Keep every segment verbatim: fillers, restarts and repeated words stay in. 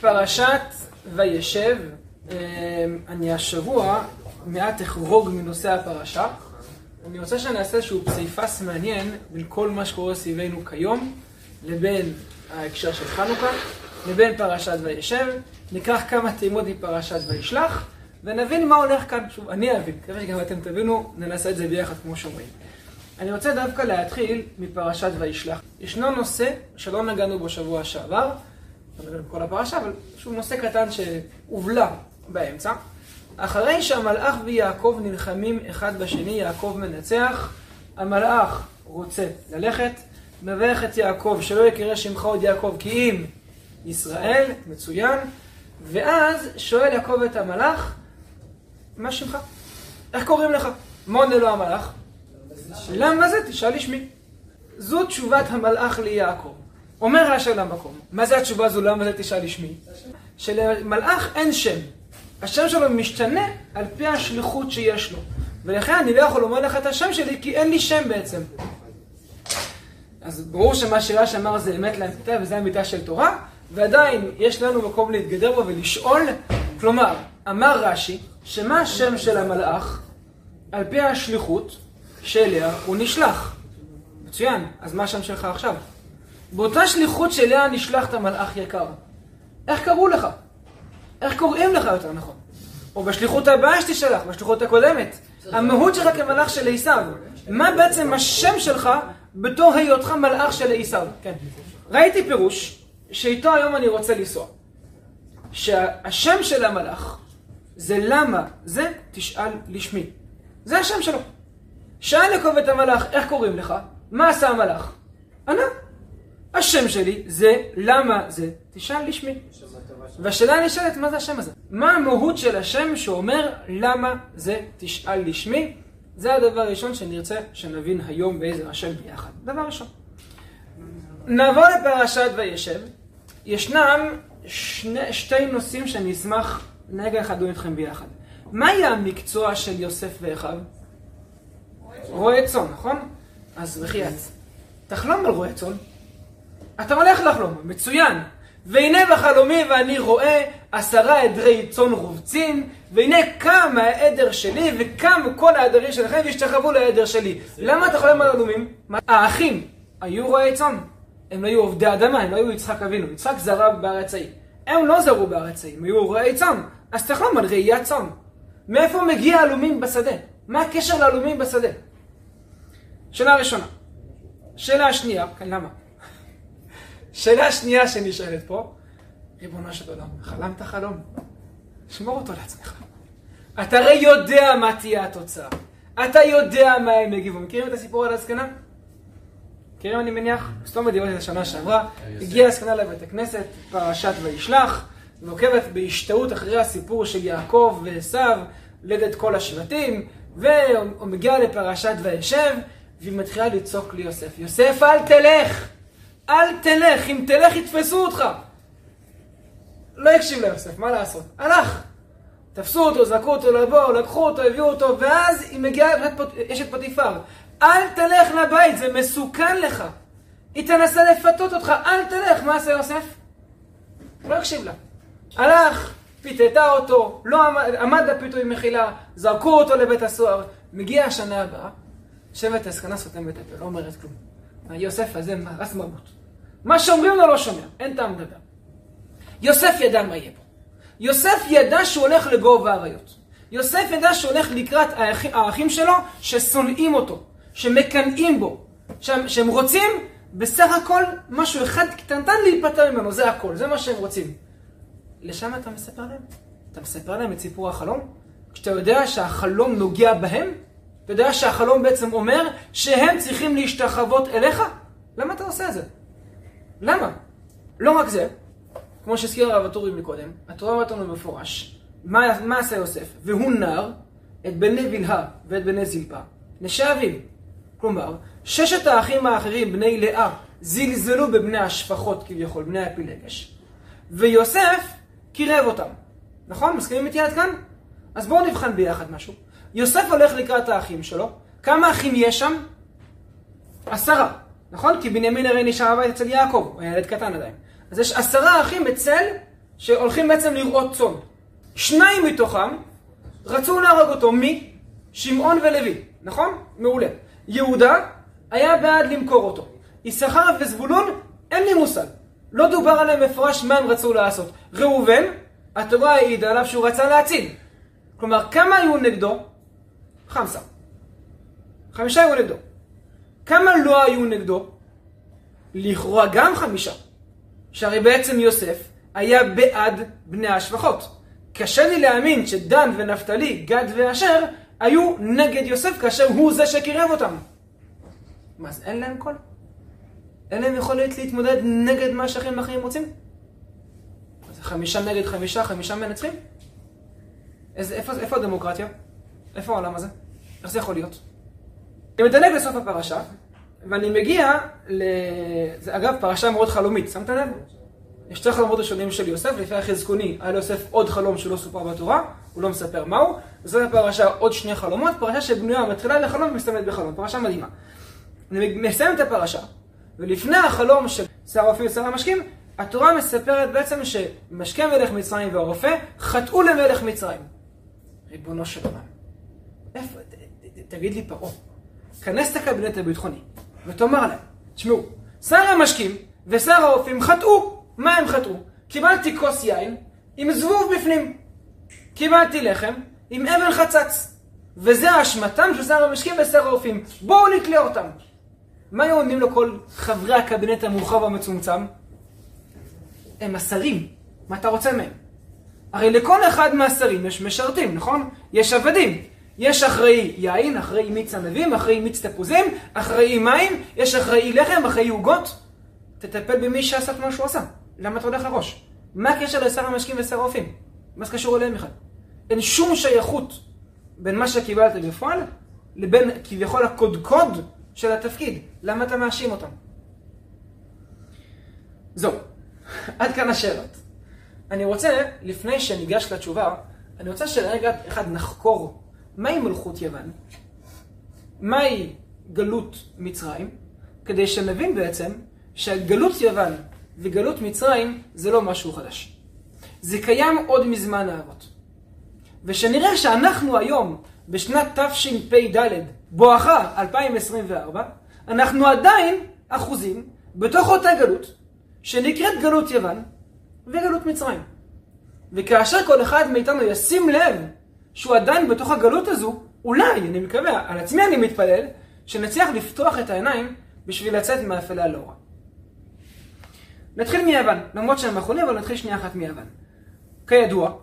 פרשת וישב. אני השבוע מעט אחרוג מנושא הפרשה. אני רוצה שאני אעשה איזשהו פסיפס מעניין בין כל מה שקורה סביבנו כיום לבין ההקשר של חנוכה, לבין פרשת וישב. ניקח כמה טעימות מפרשת וישלח ונבין מה הולך כאן. שוב, אני אבין, כדי שגם אתם תבינו, ננסה את זה ביחד כמו שאומרים. אני רוצה דווקא להתחיל מפרשת וישלח. ישנו נושא שלא נגענו בו שבוע שעבר, לא נגענו בכל הפרשה, אבל שוב נושא קטן שהובלה באמצע. אחרי שהמלאך ויעקב נלחמים אחד בשני, יעקב מנצח, המלאך רוצה ללכת, מברך את יעקב שלא יקרא שמך עוד יעקב כי אם ישראל, מצוין, ואז שואל יעקב את המלאך, מה שמך? איך קוראים לך? מה עונה לו המלאך? למה זה? תשאל לשמי. זו תשובת המלאך ליעקב. אומר רש"י למקום, מה זה התשובה הזו? למה זה תשאל לשמי? שלמלאך אין שם. השם שלו משתנה על פי השליחות שיש לו. ולכן אני לא יכול לומר לך את השם שלי כי אין לי שם בעצם. אז ברור שמה שרש"י אמר זה אמת לאמיתה וזה אמיתה של תורה, ועדיין יש לנו מקום להתגדר בו ולשאול. כלומר, אמר רש"י שמה השם של המלאך על פי השליחות שאליה הוא נשלח. מצוין, אז מה השם שלך עכשיו? באותה שליחות שאליה נשלחת מלאך יקר, איך קראו לך? איך קוראים לך יותר נכון? או בשליחות הבאה שתשלח, בשליחות הקודמת. המהות שלך כמלאך של עשיו. מה בעצם השם שלך בתור היותך מלאך של עשיו? כן. ראיתי פירוש שאיתו היום אני רוצה לנסוע. שהשם של המלאך זה למה זה תשאל לשמי. זה השם שלו. שאל יעקב את המלאך, איך קוראים לך? מה עשה המלאך? ענה. השם שלי זה למה זה תשאל לשמי. והשאלה נשאלת, מה זה השם הזה? מה המהות של השם שאומר למה זה תשאל לשמי? זה הדבר הראשון שנרצה שנבין היום בעזר השם ביחד. דבר ראשון. נעבור לפרשת וישב. ישנם שני, שתי נושאים שאני אשמח נגע אחד איתכם ביחד. מה היה המקצוע של יוסף ואחיו? רועה צאן, נכון? אז בחייאת, תחלום על רועה צאן. אתה הולך לחלום, מצוין. והנה בחלומי ואני רואה עשרה עדרי צאן רובצים, והנה קם העדר שלי וקם כל העדרים שלכם והשתחוו לעדר שלי. למה אתה חולם על הלומים? האחים היו רועי צאן. הם לא היו עובדי אדמה, הם לא היו יצחק אבינו. יצחק זרע בארץ ההיא. הם לא זרעו בארץ ההיא, הם היו רועי צאן. אז תחלום על ראיית צאן. מאיפה מגיע הלומים בשדה? מה הקשר להלומים בשדה? שאלה ראשונה. שאלה שנייה, כן, למה? שאלה שנייה שנשאלת פה, ריבונו של עולם, חלמת חלום? שמור אותו לעצמך. אתה הרי יודע מה תהיה התוצאה. אתה יודע מה הם יגיבו. מכירים את הסיפור על הזקנה? מכירים אני מניח? סתום בדיוק את השנה שעברה, הגיעה הזקנה לבית הכנסת, פרשת וישלח, ועוקבת בהשתאות אחרי הסיפור של יעקב ועשיו, לידת כל השבטים, והוא מגיע לפרשת וישב, והיא מתחילה לצעוק ליוסף, יוסף אל תלך! אל תלך, אם תלך יתפסו אותך. לא הקשיב ליוסף, מה לעשות? הלך. תפסו אותו, זרקו אותו לבוא, לקחו אותו, הביאו אותו, ואז היא מגיעה, יש את פוטיפר. אל תלך לבית, זה מסוכן לך. היא תנסה לפתות אותך, אל תלך. מה עשה יוסף? לא הקשיב לה. הלך, פיתתה אותו, לא עמד, עמד בפיתוי מחילה, זרקו אותו לבית הסוהר. מגיעה השנה הבאה, שבט הזקנה סותם את הפה, לא אומרת כלום. יוסף הזה מרס מרבות. מה שאומרים לו לא שומע, אין טעם לדבר. יוסף ידע מה יהיה פה. יוסף ידע שהוא הולך לגובה האריות. יוסף ידע שהוא הולך לקראת האחים שלו ששונאים אותו, שמקנאים בו, שהם רוצים בסך הכל משהו אחד קטנטן להיפטר ממנו, זה הכל, זה מה שהם רוצים. לשם אתה מספר להם? אתה מספר להם את סיפור החלום? כשאתה יודע שהחלום נוגע בהם? אתה יודע שהחלום בעצם אומר שהם צריכים להשתחוות אליך? למה אתה עושה את זה? למה? לא רק זה, כמו שהזכיר הרב הטורי מקודם, התורה אומרת לנו במפורש, מה, מה עשה יוסף? והוא נער את בני בלהה ואת בני זלפה, נשי אביו. כלומר, ששת האחים האחרים, בני לאה, זלזלו בבני השפחות כביכול, בני הפילגש. ויוסף קירב אותם. נכון? מסכימים איתי עד כאן? אז בואו נבחן ביחד משהו. יוסף הולך לקראת האחים שלו. כמה אחים יש שם? עשרה. נכון? כי בנימין הרי נשאר בבית אצל יעקב. הוא ילד קטן עדיין. אז יש עשרה אחים אצל שהולכים בעצם לראות צאן. שניים מתוכם רצו להרוג אותו. מי? שמעון ולוי, נכון? מעולה. יהודה היה בעד למכור אותו. יששכר וזבולון, אין לי מושג. לא דובר עליהם מפורש מה הם רצו לעשות. ראובן, התורה העידה עליו שהוא רצה להציל. כלומר, כמה היו נגדו? חמסה. חמישה היו נגדו. כמה לא היו נגדו? לכאורה גם חמישה. שהרי בעצם יוסף היה בעד בני השבחות. קשה לי להאמין שדן ונפתלי, גד ואשר, היו נגד יוסף כאשר הוא זה שקירב אותם. מה, אז אין להם קול? אין להם יכולת להתמודד נגד מה שהאחים האחרים רוצים? אז חמישה נגד חמישה, חמישה מנצחים? איזה, איפה, איפה הדמוקרטיה? איפה העולם הזה? איך זה יכול להיות? אני מדלג לסוף הפרשה, ואני מגיע ל... זה אגב פרשה מאוד חלומית, שמת לב? יש שתי חלומות ראשונים של יוסף, לפי החזקוני, היה ליוסף עוד חלום שלא סופר בתורה, הוא לא מספר מהו, וזאת הפרשה עוד שני חלומות, פרשה שבנויה מתחילה לחלום ומסתיימת בחלום, פרשה מדהימה. אני מסיים את הפרשה, ולפני החלום של שר האופים ושר המשקים, התורה מספרת בעצם שמשקי מלך מצרים והרופא חטאו למלך מצרים. ריבונו של עולם. איפה? ת, ת, ת, תגיד לי פרעה. כנס את הקבינט הביטחוני, ותאמר להם, תשמעו, שר המשקים ושר האופים חטאו. מה הם חטאו? קיבלתי כוס יין עם זבוב בפנים. קיבלתי לחם עם אבן חצץ. וזה אשמתם של שר המשקים ושר האופים. בואו נתלה אותם. מה היו עונים לו כל חברי הקבינט המורחב המצומצם? הם השרים. מה אתה רוצה מהם? הרי לכל אחד מהשרים יש משרתים, נכון? יש עבדים. יש אחראי יין, אחראי מיץ ענבים, אחראי מיץ תפוזים, אחראי מים, יש אחראי לחם, אחראי עוגות. תטפל במי שעשה מה שהוא עשה. למה אתה הולך לראש? מה הקשר לשר המשקים ושר האופים? מה זה קשור אליהם בכלל? אין שום שייכות בין מה שקיבלת בפועל לבין כביכול הקודקוד של התפקיד. למה אתה מאשים אותם? זהו. עד כאן השאלות. אני רוצה, לפני שניגש לתשובה, אני רוצה שלרגע אחד נחקור מהי מלכות יוון, מהי גלות מצרים, כדי שנבין בעצם שהגלות יוון וגלות מצרים זה לא משהו חדש. זה קיים עוד מזמן האבות. ושנראה שאנחנו היום, בשנת תשפ"ד, בואכה אלפיים עשרים וארבע, אנחנו עדיין אחוזים בתוך אותה גלות, שנקראת גלות יוון וגלות מצרים. וכאשר כל אחד מאיתנו ישים לב שהוא עדיין בתוך הגלות הזו, אולי, אני מקווה, על עצמי אני מתפלל, שנצליח לפתוח את העיניים בשביל לצאת מאפלה לאורה. נתחיל מיוון, למרות שהם אחרונים, אבל נתחיל שנייה אחת מיוון. כידוע,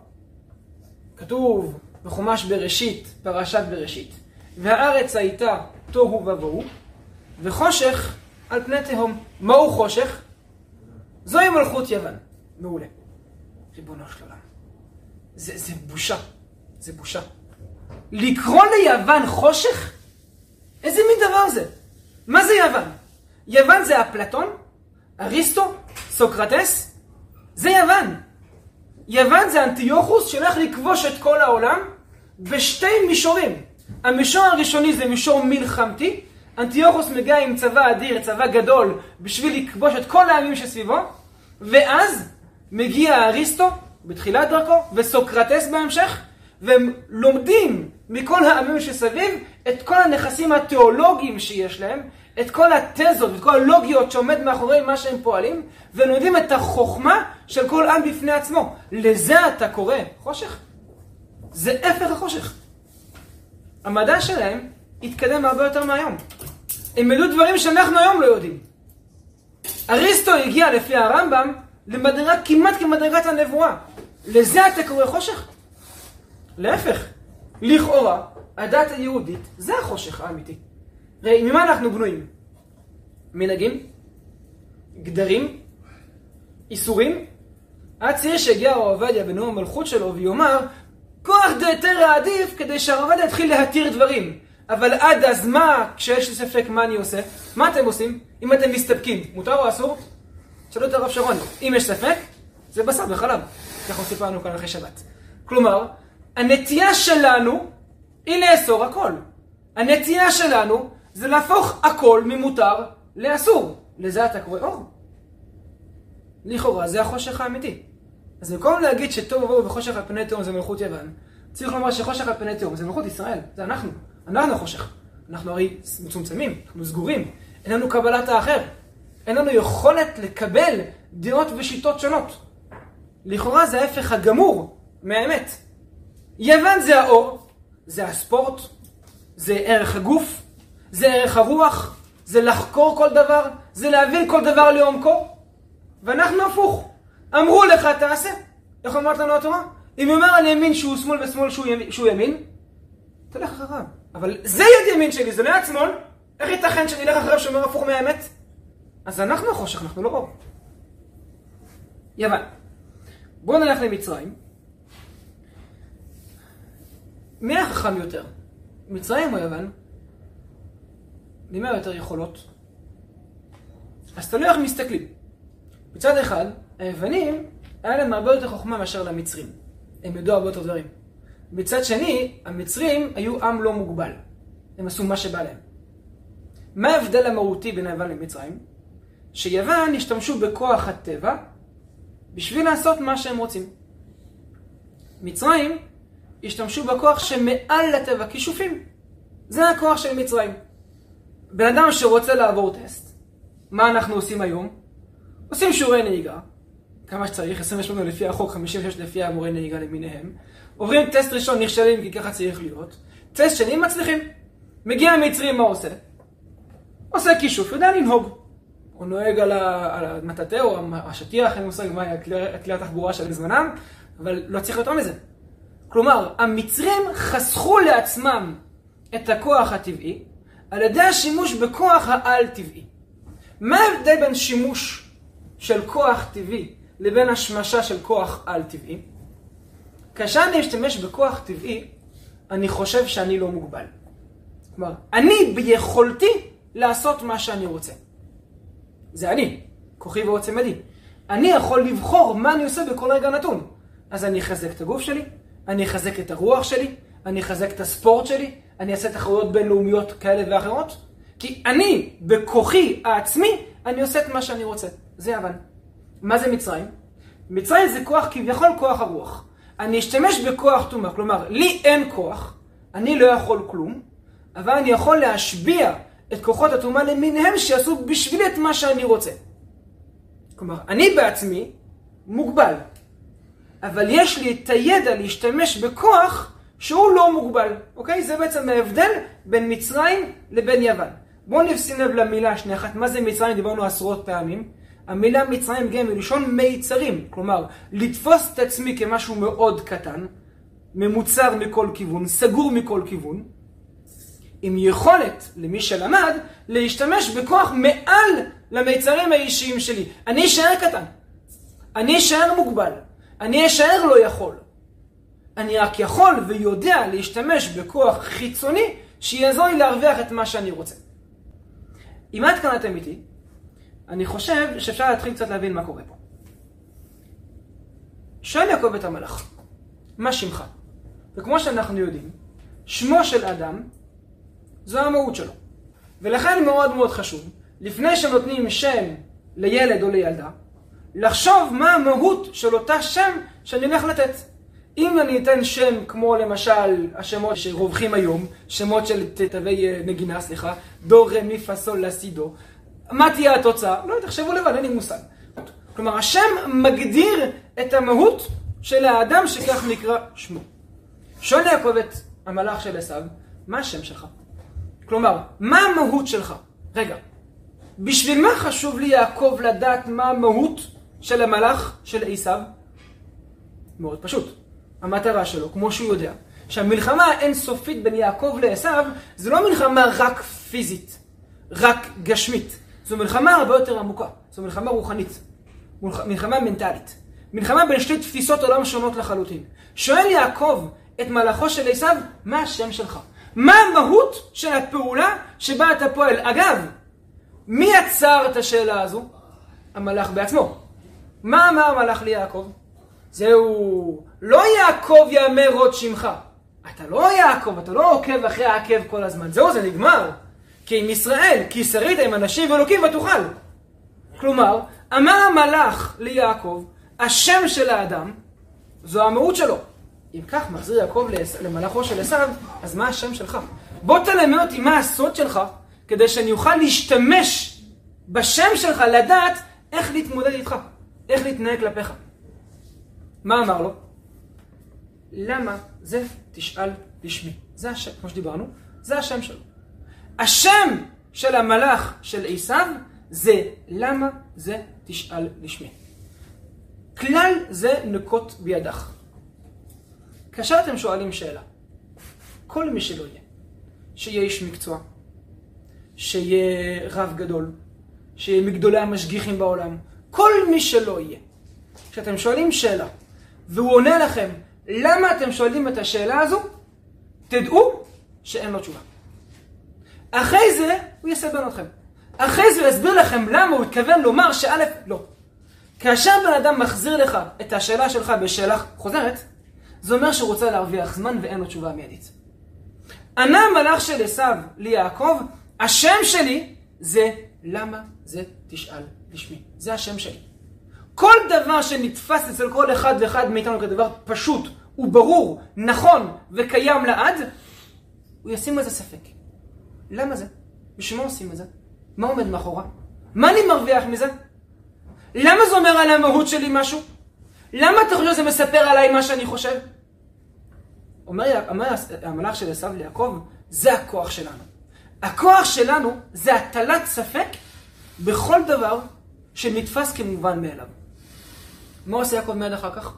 כתוב בחומש בראשית, פרשת בראשית, והארץ הייתה תוהו ובוהו, וחושך על פני תהום. מהו חושך? זוהי מלכות יוון. מעולה. ריבונו של עולם. זה, זה בושה. זה בושה. לקרוא ליוון חושך? איזה מין דבר זה? מה זה יוון? יוון זה אפלטון? אריסטו? סוקרטס? זה יוון. יוון זה אנטיוכוס שהולך לכבוש את כל העולם בשתי מישורים. המישור הראשוני זה מישור מלחמתי. אנטיוכוס מגיע עם צבא אדיר, צבא גדול, בשביל לכבוש את כל העמים שסביבו. ואז מגיע אריסטו בתחילת דרכו וסוקרטס בהמשך, והם לומדים מכל העמים שסביב את כל הנכסים התיאולוגיים שיש להם, את כל התזות ואת כל הלוגיות שעומד מאחורי מה שהם פועלים, ולומדים את החוכמה של כל עם בפני עצמו. לזה אתה קורא חושך? זה הפך החושך. המדע שלהם התקדם הרבה יותר מהיום. הם ידעו דברים שאנחנו היום לא יודעים. אריסטו הגיע לפי הרמב"ם למדרגה כמעט כמדרגת הנבואה. לזה אתה קורא חושך? להפך. לכאורה, הדת היהודית זה החושך האמיתי. ראי, ממה אנחנו בנויים? מנהגים, גדרים, איסורים. עד צריך שהגיע הרב עובדיה בנאום המלכות שלו ויאמר, כוח דהיתרא עדיף כדי שהרב עובדיה יתחיל להתיר דברים. אבל עד אז מה, כשיש לי ספק מה אני עושה? מה אתם עושים? אם אתם מסתפקים, מותר או אסור? שאלו את הרב שרון. אם יש ספק, זה בשר וחלב. ככה סיפרנו כאן אחרי שבת. כלומר, הנטייה שלנו היא לאסור הכל. הנטייה שלנו זה להפוך הכל ממותר לאסור. לזה אתה קורא אור. לכאורה זה החושך האמיתי. אז במקום להגיד שטוב ובוהו וחושך על פני תהום זה מלכות יוון, צריך לומר שחושך על פני תהום זה מלכות ישראל, זה אנחנו, אנחנו החושך. אנחנו הרי מצומצמים, אנחנו סגורים, אין לנו קבלת האחר, אין לנו יכולת לקבל דעות ושיטות שונות. לכאורה זה ההפך הגמור מהאמת. יוון זה האור, זה הספורט, זה ערך הגוף, זה ערך הרוח, זה לחקור כל דבר, זה להבין כל דבר לעומקו. ואנחנו הפוך. אמרו לך תעשה. איך אמרת לנו התורה? אם אומר על ימין שהוא שמאל ושמאל שהוא ימין, שהוא ימין, תלך אחריו. אבל זה יד ימין שלי, זה לא יד שמאל. איך ייתכן שאני אלך אחריו שאומר הפוך מהאמת? אז אנחנו החושך, אנחנו לא אור. יוון. בואו נלך למצרים. מי החכם יותר? מצרים או יוון? מי מה יותר יכולות? אז תלוי איך מסתכלים. מצד אחד, היוונים היה להם הרבה יותר חוכמה מאשר למצרים. הם ידעו הרבה יותר דברים. מצד שני, המצרים היו עם לא מוגבל. הם עשו מה שבא להם. מה ההבדל המהותי בין היוון למצרים? שיוון השתמשו בכוח הטבע בשביל לעשות מה שהם רוצים. מצרים השתמשו בכוח שמעל לטבע, כישופים. זה הכוח של מצרים. בן אדם שרוצה לעבור טסט, מה אנחנו עושים היום? עושים שיעורי נהיגה, כמה שצריך, עשרים ושמונה לפי החוק, חמישים ושש לפי המורי נהיגה למיניהם. עוברים טסט ראשון, נכשלים כי ככה צריך להיות. טסט שני מצליחים. מגיע המצרים, מה עושה? עושה כישוף, יודע לנהוג. הוא נוהג על המטאטא או השטיח, אין מושג מה כלי התחבורה של זמנם, אבל לא צריך יותר מזה. כלומר, המצרים חסכו לעצמם את הכוח הטבעי על ידי השימוש בכוח העל-טבעי. מה ההבדל בין שימוש של כוח טבעי לבין השמשה של כוח על-טבעי? כאשר אני משתמש בכוח טבעי, אני חושב שאני לא מוגבל. כלומר, אני ביכולתי לעשות מה שאני רוצה. זה אני, כוחי ועוצם ידי. אני יכול לבחור מה אני עושה בכל רגע נתון. אז אני אחזק את הגוף שלי, אני אחזק את הרוח שלי, אני אחזק את הספורט שלי, אני אעשה תחרויות בינלאומיות כאלה ואחרות. כי אני, בכוחי העצמי, אני עושה את מה שאני רוצה. זה יוון. מה זה מצרים? מצרים זה כוח כביכול כוח הרוח. אני אשתמש בכוח תומה, כלומר, לי אין כוח, אני לא יכול כלום, אבל אני יכול להשביע את כוחות התומה למיניהם שיעשו בשבילי את מה שאני רוצה. כלומר, אני בעצמי מוגבל, אבל יש לי את הידע להשתמש בכוח שהוא לא מוגבל. אוקיי? זה בעצם ההבדל בין מצרים לבין יוון. בואו נשים לב למילה שנייה אחת. מה זה מצרים? דיברנו עשרות פעמים. המילה מצרים גם מלשון מיצרים. כלומר, לתפוס את עצמי כמשהו מאוד קטן, ממוצר מכל כיוון, סגור מכל כיוון, עם יכולת, למי שלמד, להשתמש בכוח מעל למיצרים האישיים שלי. אני אשאר קטן. אני אשאר מוגבל. אני אשאר לא יכול. אני רק יכול ויודע להשתמש בכוח חיצוני שיעזור לי להרוויח את מה שאני רוצה. אם עד כאן אתם איתי, אני חושב שאפשר להתחיל קצת להבין מה קורה פה. שואל יעקב את המלאך, מה שמך? וכמו שאנחנו יודעים, שמו של אדם זו המהות שלו. ולכן מאוד מאוד חשוב, לפני שנותנים שם לילד או לילדה, לחשוב מה המהות של אותה שם שאני הולך לתת. אם אני אתן שם כמו למשל השמות שרווחים היום, שמות של תווי נגינה, סליחה, דו, רה, מי, פה, סול, לה, סי, דו, מה תהיה התוצאה? לא, תחשבו לבד, אין לי מושג. כלומר, השם מגדיר את המהות של האדם שכך נקרא שמו. שואל יעקב את המלאך של עשיו, מה השם שלך? כלומר, מה המהות שלך? רגע, בשביל מה חשוב לי יעקב לדעת מה המהות של המלאך של עשיו? מאוד פשוט. המטרה שלו, כמו שהוא יודע, שהמלחמה האינסופית בין יעקב לעשיו, זה לא מלחמה רק פיזית, רק גשמית. זו מלחמה הרבה יותר עמוקה. זו מלחמה רוחנית. מלחמה מנטלית. מלחמה בין שתי תפיסות עולם שונות לחלוטין. שואל יעקב את מלאכו של עשיו, מה השם שלך? מה המהות של הפעולה שבה אתה פועל? אגב, מי יצר את השאלה הזו? המלאך בעצמו. מה אמר המלאך ליעקב? זהו, לא יעקב יאמר עוד שמך. אתה לא יעקב, אתה לא עוקב אחרי העקב כל הזמן. זהו, זה נגמר. כי עם ישראל, כי שרית עם אנשים ואלוקים ותוכל. כלומר, אמר המלאך ליעקב, השם של האדם זו המהות שלו. אם כך מחזיר יעקב למלאכו של עשיו, אז מה השם שלך? בוא תלמד אותי מה הסוד שלך, כדי שאני אוכל להשתמש בשם שלך, לדעת איך להתמודד איתך, איך להתנהג כלפיך. מה אמר לו? למה זה תשאל בשמי? זה השם, כמו שדיברנו, זה השם שלו. השם של המלאך של עשיו זה למה זה תשאל לשמי. כלל זה נקוט בידך. כאשר אתם שואלים שאלה, כל מי שלא יהיה, שיהיה איש מקצוע, שיהיה רב גדול, שיהיה מגדולי המשגיחים בעולם, כל מי שלא יהיה, כשאתם שואלים שאלה, והוא עונה לכם, למה אתם שואלים את השאלה הזו? תדעו שאין לו תשובה. אחרי זה הוא יסבן אתכם. אחרי זה הוא יסביר לכם למה הוא התכוון לומר שא' לא. כאשר בן אדם מחזיר לך את השאלה שלך בשאלה חוזרת, זה אומר שהוא רוצה להרוויח זמן ואין לו תשובה מיידית. ענה המלאך של עשיו ליעקב, השם שלי זה למה זה תשאל בשמי. זה השם שלי. כל דבר שנתפס אצל כל אחד ואחד מאיתנו כדבר פשוט וברור, נכון וקיים לעד, הוא ישים לזה ספק. למה זה? בשביל מה עושים את זה? מה עומד מאחורה? מה אני מרוויח מזה? למה זה אומר על המהות שלי משהו? למה אתה חושב שזה מספר עליי מה שאני חושב? אומר, אומר המלאך של עשיו ליעקב, זה הכוח שלנו. הכוח שלנו זה הטלת ספק בכל דבר שנתפס כמובן מאליו. מה עושה יעקב מיד אחר כך?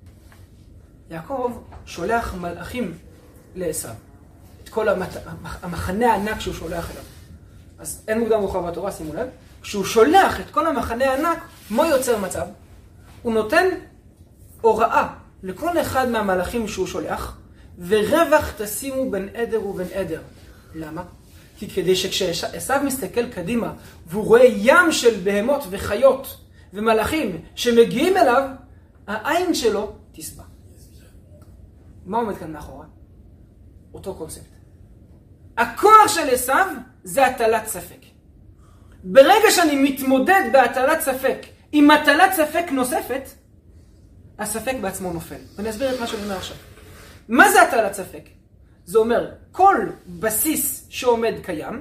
יעקב שולח מלאכים לעשיו. את כל המת... המחנה הענק שהוא שולח אליו. אז אין מוקדם מאוחר בתורה, שימו לב. כשהוא שולח את כל המחנה הענק, מה יוצר מצב? הוא נותן הוראה לכל אחד מהמלאכים שהוא שולח, ורווח תשימו בין עדר ובין עדר. למה? כי כדי שכשעשיו מסתכל קדימה, והוא רואה ים של בהמות וחיות ומלאכים שמגיעים אליו, העין שלו תסבע. מה עומד כאן מאחורה? אותו קונספט. הכוח של עשיו זה הטלת ספק. ברגע שאני מתמודד בהטלת ספק עם הטלת ספק נוספת, הספק בעצמו נופל. ואני אסביר את מה שאני אומר עכשיו. מה זה הטלת ספק? זה אומר, כל בסיס שעומד קיים,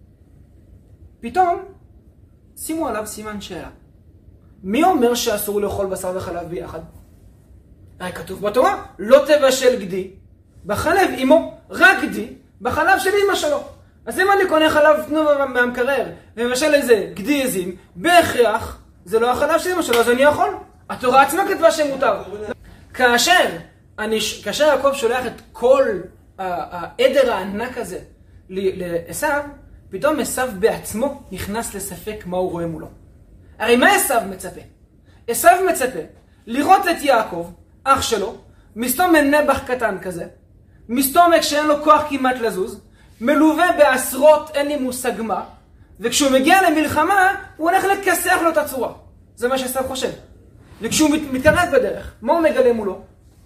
פתאום שימו עליו סימן שאלה. מי אומר שאסור לאכול בשר וחלב ביחד? הרי כתוב בתורה, לא תבשל גדי בחלב אמו, רק גדי בחלב של אמא שלו. אז אם אני קונה חלב תנובה מהמקרר ומבשל איזה גדי עזים, בהכרח זה לא החלב של אמא שלו, אז אני יכול. התורה עצמה כתבה שמותר. כאשר, אני, כאשר יעקב שולח את כל העדר הענק הזה לעשיו, פתאום עשיו בעצמו נכנס לספק מה הוא רואה מולו. הרי מה עשיו מצפה? עשיו מצפה לראות את יעקב, אח שלו, מסתום נבח קטן כזה, מסתומק שאין לו כוח כמעט לזוז, מלווה בעשרות אין לי מושג מה, וכשהוא מגיע למלחמה, הוא הולך לכסח לו את הצורה. זה מה שעשיו חושב. וכשהוא מתקרב בדרך, מה הוא מגלה מולו?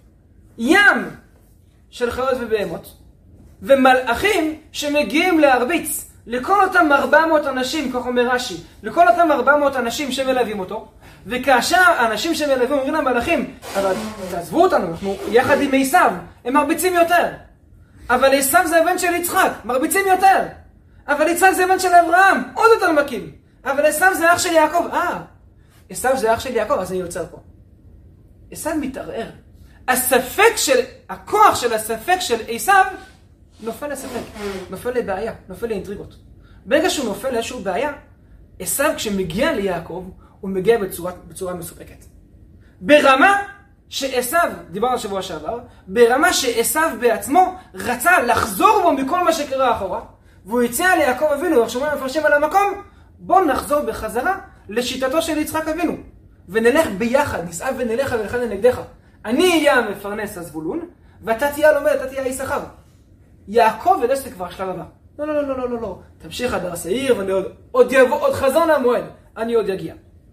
ים של חיות ובהמות, ומלאכים שמגיעים להרביץ לכל אותם ארבע מאות אנשים, כך אומר רש"י, לכל אותם ארבע מאות אנשים שמלווים אותו, וכאשר האנשים שמלווים אומרים למלאכים, אבל תעזבו אותנו, אנחנו יחד עם עשיו, הם מרביצים יותר. אבל עשיו זה הבן של יצחק, מרביצים יותר. אבל יצחק זה הבן של אברהם, עוד יותר מכים. אבל עשיו זה אח של יעקב. אה, עשיו זה אח של יעקב, אז אני יוצר פה. עשיו מתערער. הספק של, הכוח של הספק של עשיו נופל לספק, נופל לבעיה, נופל לאינטריגות. ברגע שהוא נופל לאיזשהו בעיה, עשיו כשמגיע ליעקב, הוא מגיע בצורה, בצורה מסופקת. ברמה שעשיו, דיברנו השבוע שעבר, ברמה שעשיו בעצמו רצה לחזור בו מכל מה שקרה אחורה, והוא הציע ליעקב אבינו, איך שאומרים מפרשים על המקום, בוא נחזור בחזרה לשיטתו של יצחק אבינו, ונלך ביחד, נסעב ונלך ולכן לנגדך. אני אהיה המפרנס הזבולון, ואתה תהיה הלומד, אתה תהיה היששכר. יעקב ודש זה כבר שלב הבא. לא, לא, לא, לא, לא, לא. תמשיך עד השעיר, ואני עוד, עוד יבוא, עוד חזון המועד. אני עוד יגיע.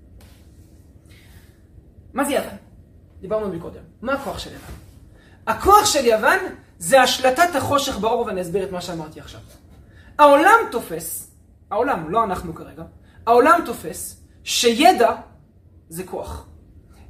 מה זה יוון? דיברנו מקודם. מה הכוח של יוון? הכוח של יוון זה השלטת החושך באור, ואני אסביר את מה שאמרתי עכשיו. העולם תופס, העולם, לא אנחנו כרגע, העולם תופס שידע זה כוח.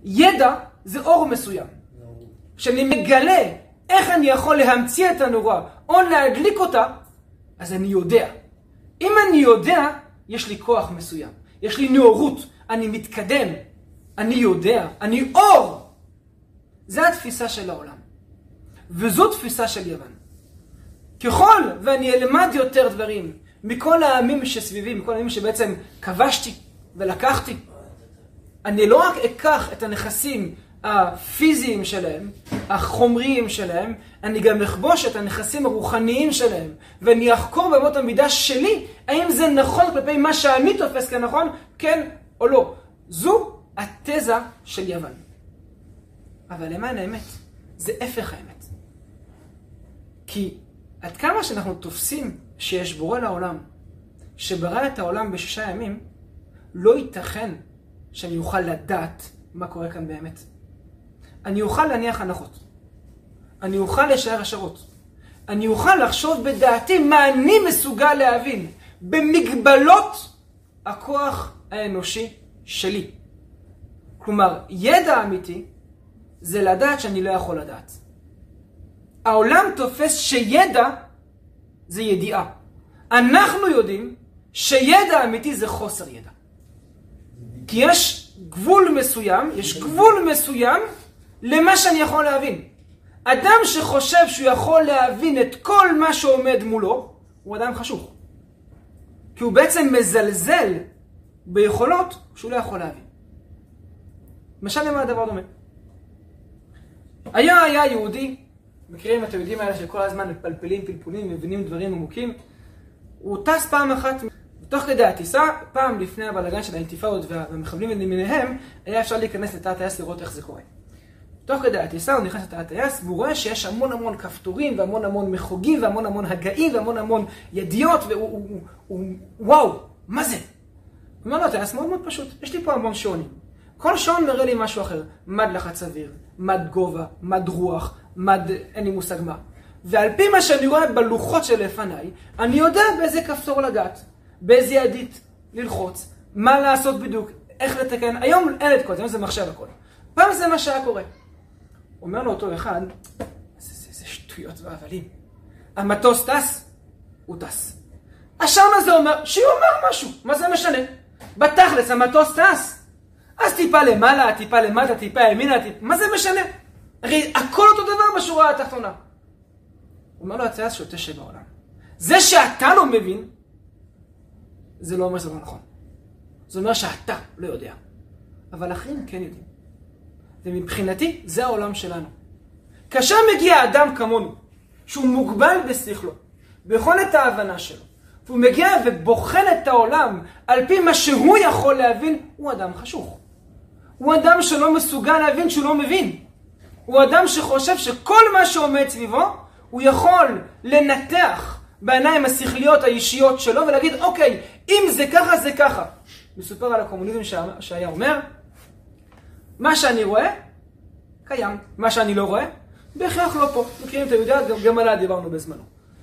ידע זה אור מסוים. כשאני מגלה איך אני יכול להמציא את הנורה או להדליק אותה, אז אני יודע. אם אני יודע, יש לי כוח מסוים. יש לי נאורות. אני מתקדם. אני יודע. אני אור. זו התפיסה של העולם. וזו תפיסה של יוון. ככל ואני אלמד יותר דברים מכל העמים שסביבי, מכל העמים שבעצם כבשתי ולקחתי, אני לא רק אקח את הנכסים הפיזיים שלהם, החומריים שלהם, אני גם אכבוש את הנכסים הרוחניים שלהם, ואני אחקור באמות המידה שלי, האם זה נכון כלפי מה שאני תופס כנכון, כן או לא. זו התזה של יוון. אבל למען האמת, זה הפך האמת. כי עד כמה שאנחנו תופסים שיש בורא לעולם, שברא את העולם בשישה ימים, לא ייתכן שאני אוכל לדעת מה קורה כאן באמת. אני אוכל להניח הנחות. אני אוכל לשער השערות. אני אוכל לחשוב בדעתי מה אני מסוגל להבין במגבלות הכוח האנושי שלי. כלומר, ידע אמיתי זה לדעת שאני לא יכול לדעת. העולם תופס שידע זה ידיעה. אנחנו יודעים שידע אמיתי זה חוסר ידע. כי יש גבול מסוים, יש גבול מסוים למה שאני יכול להבין. אדם שחושב שהוא יכול להבין את כל מה שעומד מולו, הוא אדם חשוך. כי הוא בעצם מזלזל ביכולות שהוא לא יכול להבין. למשל למה הדבר דומה? היה היה יהודי, מכירים את היהודים האלה שכל הזמן מפלפלים, פלפולים, מבינים דברים עמוקים. הוא טס פעם אחת, תוך כדי הטיסה, פעם לפני הבלגן של האינתיפאדות והמחבלים למיניהם, היה אפשר להיכנס לתא הטייס לראות איך זה קורה. תוך כדי הטיסה הוא נכנס לתא הטייס, והוא רואה שיש המון המון כפתורים, והמון המון מחוגים, והמון המון הגאים, והמון המון ידיעות, והוא, הוא, הוא, הוא, וואו, מה זה? הוא אומר לו, הטייס מאוד מאוד פשוט, יש לי פה המון שעונים. כל שעון מראה לי משהו אחר, מד לחץ אוויר, מד גובה, מד רוח, מד אין לי מושג מה. ועל פי מה שאני רואה בלוחות שלפניי, אני יודע באיזה כפתור לגעת, באיזה ידית ללחוץ, מה לעשות בדיוק, איך לתקן. היום אין את כל זה, היום זה מחשב הכל. פעם זה מה שהיה קורה. אומר לו אותו אחד, זה, זה, זה שטויות והבלים. המטוס טס, הוא טס. השעון הזה אומר, שהוא אומר משהו, מה זה משנה? בתכלס המטוס טס. אז טיפה למעלה, טיפה למטה, טיפה ימינה, טיפה... מה זה משנה? הרי הכל אותו דבר בשורה התחתונה. הוא אומר לו, הטייס שוטה שבעולם. זה שאתה לא מבין, זה לא אומר שזה לא נכון. זה אומר שאתה לא יודע. אבל אחרים כן יודעים. ומבחינתי, זה העולם שלנו. כאשר מגיע אדם כמונו, שהוא מוגבל בשכלו, ביכולת ההבנה שלו, והוא מגיע ובוחן את העולם על פי מה שהוא יכול להבין, הוא אדם חשוך. הוא אדם שלא מסוגל להבין שהוא לא מבין. הוא אדם שחושב שכל מה שעומד סביבו, הוא יכול לנתח בעיניים השכליות האישיות שלו ולהגיד, אוקיי, אם זה ככה, זה ככה. מסופר על הקומוניזם שהיה אומר, מה שאני רואה, קיים. מה שאני לא רואה, בהכרח לא פה. מכירים את היהודיה, גם עליה דיברנו בזמנו.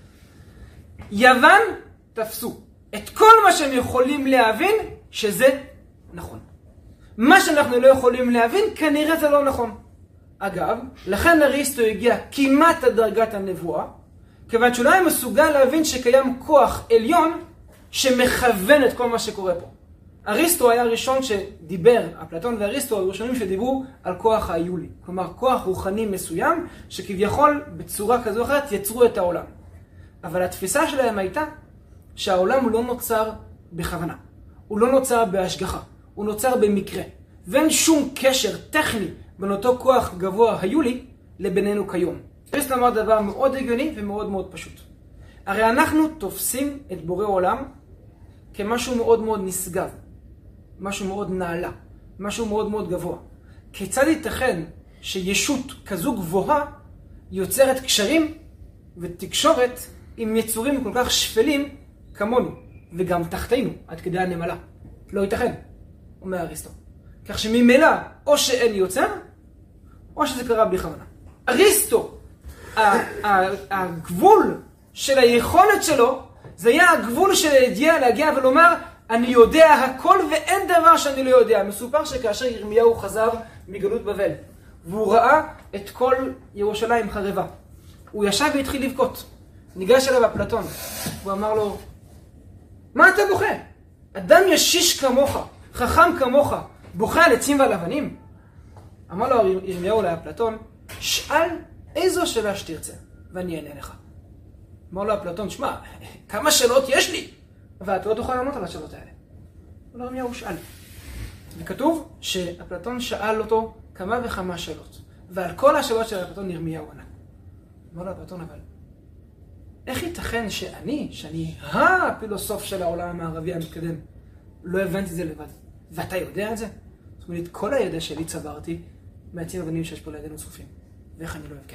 יוון תפסו את כל מה שהם יכולים להבין, שזה נכון. מה שאנחנו לא יכולים להבין, כנראה זה לא נכון. אגב, לכן אריסטו הגיע כמעט לדרגת הנבואה, כיוון שהוא לא היה מסוגל להבין שקיים כוח עליון שמכוון את כל מה שקורה פה. אריסטו היה הראשון שדיבר, אפלטון ואריסטו היו הראשונים שדיברו על כוח האיולי. כלומר, כוח רוחני מסוים שכביכול בצורה כזו או אחרת יצרו את העולם. אבל התפיסה שלהם הייתה שהעולם לא נוצר בכוונה. הוא לא נוצר בהשגחה. הוא נוצר במקרה. ואין שום קשר טכני בין אותו כוח גבוה היולי לבינינו כיום. יש לומר דבר מאוד הגיוני ומאוד מאוד פשוט. הרי אנחנו תופסים את בורא עולם כמשהו מאוד מאוד נשגב. משהו מאוד נעלה. משהו מאוד מאוד גבוה. כיצד ייתכן שישות כזו גבוהה יוצרת קשרים ותקשורת עם יצורים כל כך שפלים כמונו, וגם תחתינו, עד כדי הנמלה. לא ייתכן, אומר אריסטו. כך שממילא, או שאין יוצר, או שזה קרה בלי כוונה. אריסטו, הגבול של היכולת שלו, זה היה הגבול של הידיעה להגיע ולומר, אני יודע הכל ואין דבר שאני לא יודע. מסופר שכאשר ירמיהו חזר מגלות בבל, והוא ראה את כל ירושלים חרבה. הוא ישב והתחיל לבכות. ניגש אליו אפלטון, הוא אמר לו, מה אתה בוכה? אדם ישיש כמוך, חכם כמוך, בוכה על עצים ועל אבנים? אמר לו ירמיהו לאפלטון, שאל איזו שאלה שתרצה, ואני אענה לך. אמר לו אפלטון, שמע, כמה שאלות יש לי, ואתה לא תוכל לענות על השאלות האלה. אמר לו ירמיהו, שאל. וכתוב שאפלטון שאל אותו כמה וכמה שאלות, ועל כל השאלות של אפלטון ירמיהו ענה. אמר לו אפלטון, אבל איך ייתכן שאני, שאני הפילוסוף של העולם המערבי המתקדם, לא הבנתי את זה לבד, ואתה יודע את זה? זאת אומרת, כל הידע שלי צברתי מעצים אבנים שיש פה לידינו צופים, ואיך אני לא אבכן.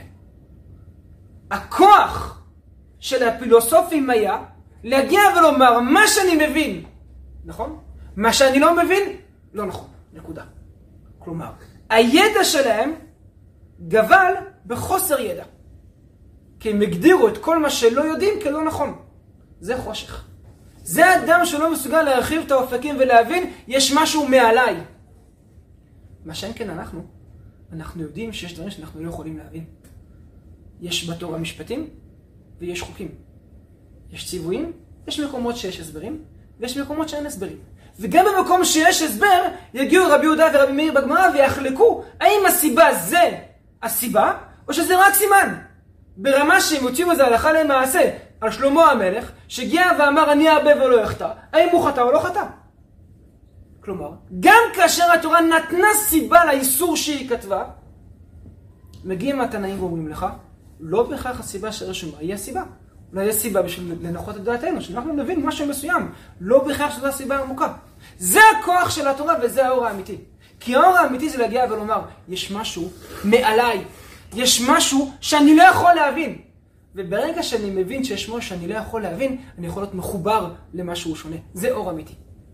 הכוח של הפילוסופים היה להגיע ולומר מה שאני מבין, נכון? מה שאני לא מבין, לא נכון, נקודה. כלומר, הידע שלהם גבל בחוסר ידע. כי הם הגדירו את כל מה שלא יודעים כלא נכון. זה חושך. זה אדם שלא מסוגל להרחיב את האופקים ולהבין, יש משהו מעליי. מה שאין כן אנחנו, אנחנו יודעים שיש דברים שאנחנו לא יכולים להבין. יש בתורה משפטים ויש חוקים. יש ציוויים, יש מקומות שיש הסברים, ויש מקומות שאין הסברים. וגם במקום שיש הסבר, יגיעו רבי יהודה ורבי מאיר בגמרא ויחלקו, האם הסיבה זה הסיבה, או שזה רק סימן. ברמה שהם יוצאים את זה הלכה למעשה על שלמה המלך, שהגיע ואמר אני ארבה ולא יחטא, האם הוא חטא או לא חטא? כלומר, גם כאשר התורה נתנה סיבה לאיסור שהיא כתבה, מגיעים התנאים ואומרים לך, לא בהכרח הסיבה שרשומה היא הסיבה. אולי יש סיבה בשביל לנחות את דעתנו, שאנחנו נבין משהו מסוים, לא בהכרח שזו הסיבה עמוקה. זה הכוח של התורה וזה האור האמיתי. כי האור האמיתי זה להגיע ולומר, יש משהו מעליי, יש משהו שאני לא יכול להבין. וברגע שאני מבין שיש משהו שאני לא יכול להבין, אני יכול להיות מחובר למשהו שונה. זה אור אמיתי.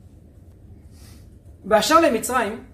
באשר למצרים,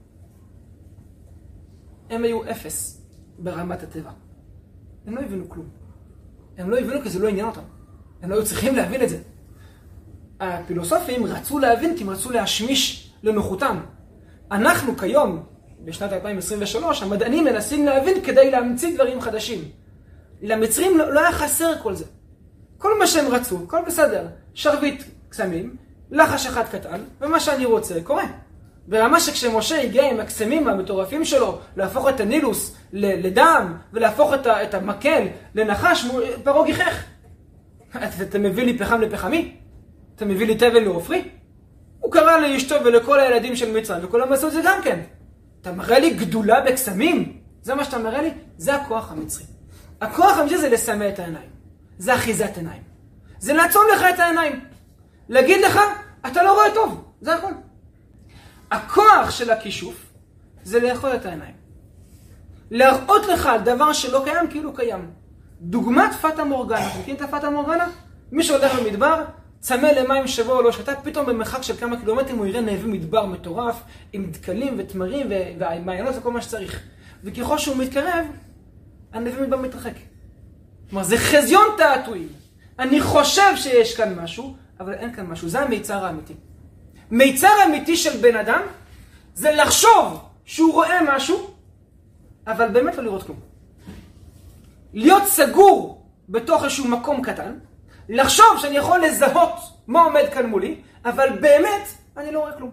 הם היו אפס ברמת הטבע. הם לא הבינו כלום. הם לא הבינו כי זה לא עניין אותם. הם לא היו צריכים להבין את זה. הפילוסופים רצו להבין כי הם רצו להשמיש לנוחותם. אנחנו כיום, בשנת אלפיים עשרים ושלוש, המדענים מנסים להבין כדי להמציא דברים חדשים. למצרים לא, לא היה חסר כל זה. כל מה שהם רצו, כל בסדר. שרביט קסמים, לחש אחד קטן, ומה שאני רוצה קורה. ברמה שכשמשה הגיע עם הקסמים המטורפים שלו, להפוך את הנילוס לדם, ולהפוך את, ה, את המקל לנחש, פרעה גיחך. אתה מביא לי פחם לפחמי? אתה מביא לי תבל לעופרי? הוא קרא לאשתו ולכל הילדים של מצרים, וכולם עשו את זה גם כן. אתה מראה לי גדולה בקסמים? זה מה שאתה מראה לי? זה הכוח המצרי. הכוח המצרי זה לסמא את העיניים. זה אחיזת עיניים. זה לעצום לך את העיניים. להגיד לך, אתה לא רואה טוב. זה הכל. הכוח של הכישוף זה לאכול את העיניים. להראות לך על דבר שלא קיים כאילו קיים. דוגמת פטה מורגנה. אתם מכירים את הפטה מורגנה? מי שהולך במדבר, צמא למים שבוע או לא שתה, פתאום במרחק של כמה קילומטרים הוא יראה נאבי מדבר מטורף, עם דקלים ותמרים ומעיינות וכל מה שצריך. וככל שהוא מתקרב, הנאבי מדבר מתרחק. כלומר, זה חזיון תעתועים. אני חושב שיש כאן משהו, אבל אין כאן משהו. זה המיצר האמיתי. מיצר האמיתי של בן אדם, זה לחשוב שהוא רואה משהו, אבל באמת לא לראות כלום. להיות סגור בתוך איזשהו מקום קטן, לחשוב שאני יכול לזהות מה עומד כאן מולי, אבל באמת אני לא רואה כלום.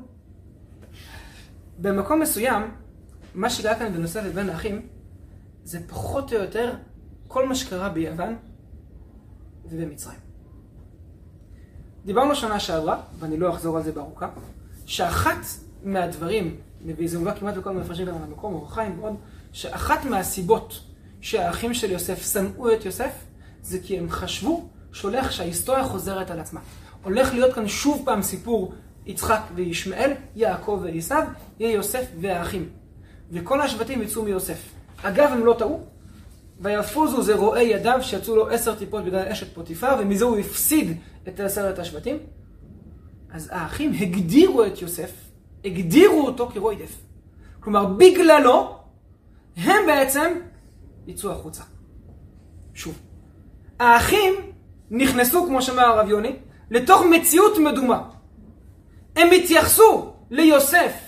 במקום מסוים, מה שקרה כאן בנושא בין האחים, זה פחות או יותר כל מה שקרה ביוון ובמצרים. דיברנו שנה שעברה, ואני לא אחזור על זה בארוכה, שאחת מהדברים, וזה מובא כמעט בכל המפרשים גם על המקום, אור החיים ועוד, שאחת מהסיבות שהאחים של יוסף שנאו את יוסף, זה כי הם חשבו שהולך שההיסטוריה חוזרת על עצמה. הולך להיות כאן שוב פעם סיפור יצחק וישמעאל, יעקב ועשיו, יהיה יוסף והאחים. וכל השבטים יצאו מיוסף. אגב, הם לא טעו, ויפוזו זה רואי ידיו שיצאו לו עשר טיפות בגלל אשת פוטיפר, ומזה הוא הפסיד את עשרת השבטים. אז האחים הגדירו את יוסף, הגדירו אותו כרואי דף. כלומר, בגללו, הם בעצם יצאו החוצה. שוב. האחים נכנסו, כמו שאמר הרב יוני, לתוך מציאות מדומה. הם התייחסו ליוסף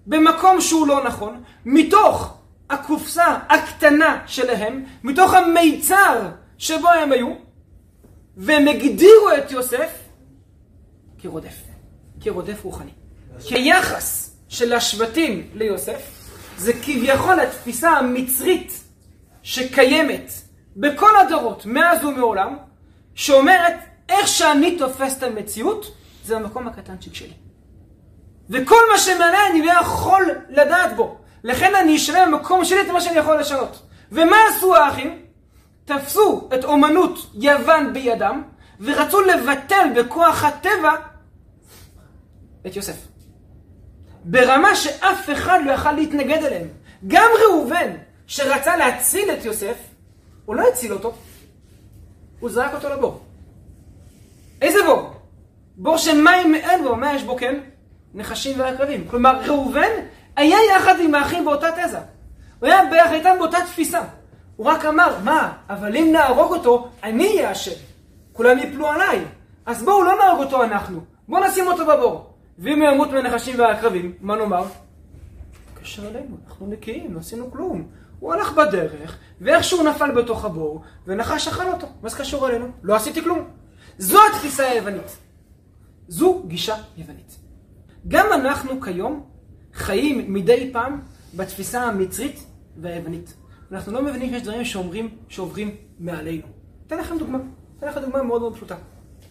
במקום שהוא לא נכון, מתוך הקופסה הקטנה שלהם, מתוך המיצר שבו הם היו, והם הגדירו את יוסף כרודף, כרודף רוחני. כיחס של השבטים ליוסף, זה כביכול התפיסה המצרית שקיימת בכל הדורות, מאז ומעולם, שאומרת, איך שאני תופס את המציאות, זה המקום הקטנצ'יק שלי. וכל מה שמעלה אני לא יכול לדעת בו. לכן אני אשנה במקום שלי את מה שאני יכול לשנות. ומה עשו האחים? תפסו את אומנות יוון בידם, ורצו לבטל בכוח הטבע את יוסף. ברמה שאף אחד לא יכל להתנגד אליהם. גם ראובן, שרצה להציל את יוסף, הוא לא הציל אותו, הוא זרק אותו לבור. איזה בור? בור שמים אין בו, מה יש בו כן? נחשים ועקרבים. כלומר, ראובן היה יחד עם האחים באותה תזה. הוא היה ביחד איתם באותה תפיסה. הוא רק אמר, מה, אבל אם נהרוג אותו, אני אהיה אשם. כולם יפלו עליי. אז בואו לא נהרוג אותו אנחנו. בואו נשים אותו בבור. ואם הוא ימות מהנחשים והעקרבים, מה נאמר? קשר אלינו, אנחנו נקיים, לא עשינו כלום. הוא הלך בדרך, ואיכשהו נפל בתוך הבור, ונחש אכל אותו. מה זה קשור אלינו? לא עשיתי כלום. זו התפיסה היוונית. זו גישה יוונית. גם אנחנו כיום חיים מדי פעם בתפיסה המצרית והיוונית. אנחנו לא מבינים שיש דברים שאומרים, שעוברים מעלינו. אתן לכם דוגמה. אתן לכם דוגמה מאוד מאוד פשוטה.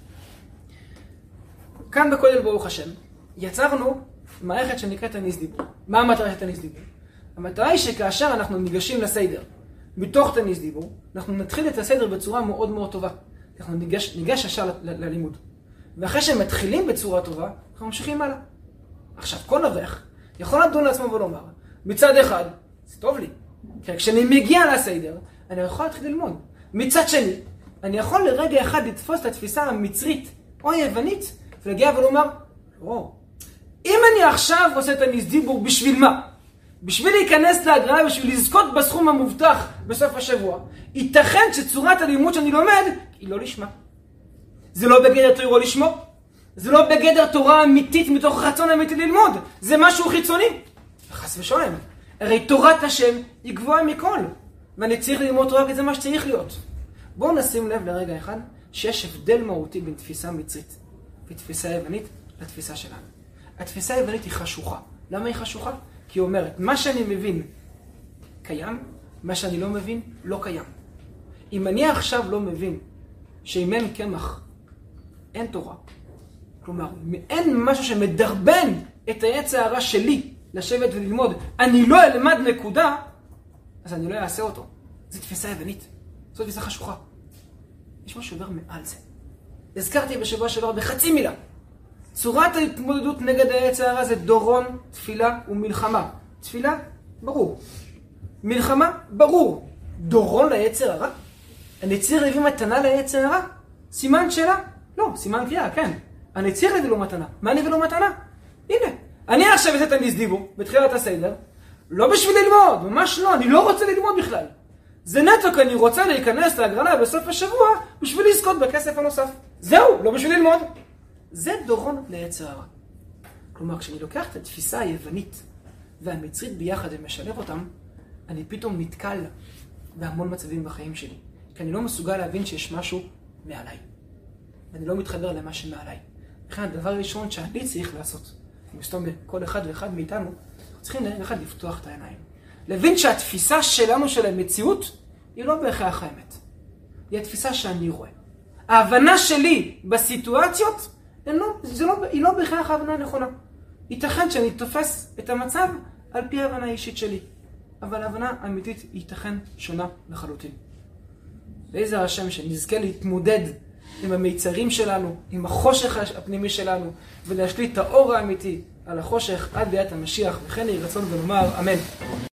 כאן בכולל ברוך השם, יצרנו מערכת שנקראת הניס דיבור. מה המטרה של הניס דיבור? המטרה היא שכאשר אנחנו ניגשים לסדר, מתוך הניס דיבור, אנחנו נתחיל את הסדר בצורה מאוד מאוד טובה. אנחנו ניגש, ניגש ישר ללימוד. ואחרי שמתחילים בצורה טובה, אנחנו ממשיכים הלאה. עכשיו, כל אברך יכול לדון לעצמו ולומר, מצד אחד, זה טוב לי. כי כשאני מגיע לסדר, אני יכול להתחיל ללמוד. מצד שני, אני יכול לרגע אחד לתפוס את התפיסה המצרית או היוונית, ולהגיע ולומר, לא, אם אני עכשיו עושה את הניס דיבור, בשביל מה? בשביל להיכנס להגרלה, בשביל לזכות בסכום המובטח בסוף השבוע, ייתכן שצורת הלימוד שאני לומד, היא לא לשמה. זה לא בגדר תורה לשמו. זה לא בגדר תורה אמיתית מתוך רצון אמיתי ללמוד. זה משהו חיצוני. חס ושלום. הרי תורת השם היא גבוהה מכל. ואני צריך ללמוד תורה כי זה מה שצריך להיות. בואו נשים לב לרגע אחד שיש הבדל מהותי בין תפיסה מצרית ותפיסה יוונית לתפיסה שלנו. התפיסה היוונית היא חשוכה. למה היא חשוכה? כי היא אומרת, מה שאני מבין קיים, מה שאני לא מבין לא קיים. אם אני עכשיו לא מבין שאם אין קמח, אין תורה. כלומר, אין משהו שמדרבן את העץ הערה שלי לשבת וללמוד, אני לא אלמד נקודה, אז אני לא אעשה אותו. זו תפיסה יוונית. זו תפיסה חשוכה. יש משהו שעובר מעל זה. הזכרתי בשבוע שעבר בחצי מילה. צורת ההתמודדות נגד העץ הערה זה דורון, תפילה ומלחמה. תפילה, ברור. מלחמה, ברור. דורון לעץ הערה? אני צריך להביא מתנה לעץ הערה? סימן שאלה? לא, סימן קריאה, כן. אני צריך להביא לו מתנה. מה אני אביא לו מתנה? הנה. אני עכשיו אעשה את הניס דיבור, בתחילת הסדר, לא בשביל ללמוד, ממש לא, אני לא רוצה ללמוד בכלל. זה נטו כי אני רוצה להיכנס להגרלה בסוף השבוע, בשביל לזכות בכסף הנוסף. זהו, לא בשביל ללמוד. זה דורון לעץ הערה. כלומר, כשאני לוקח את התפיסה היוונית והמצרית ביחד ומשלב אותם, אני פתאום נתקל בהמון מצבים בחיים שלי. כי אני לא מסוגל להבין שיש משהו מעליי. ואני לא מתחבר למה שמעליי. לכן הדבר הראשון שאני צריך לעשות, מסתום בכל אחד ואחד מאיתנו, צריכים לרגע אחד לפתוח את העיניים. להבין שהתפיסה שלנו של המציאות היא לא בהכרח האמת. היא התפיסה שאני רואה. ההבנה שלי בסיטואציות לא, לא, היא לא בהכרח ההבנה הנכונה. ייתכן שאני תופס את המצב על פי ההבנה האישית שלי. אבל ההבנה האמיתית ייתכן שונה לחלוטין. ואיזה השם שנזכה להתמודד עם המיצרים שלנו, עם החושך הפנימי שלנו, ולהשליט את האור האמיתי על החושך עד ביאת המשיח, וכן יהי רצון ונאמר אמן.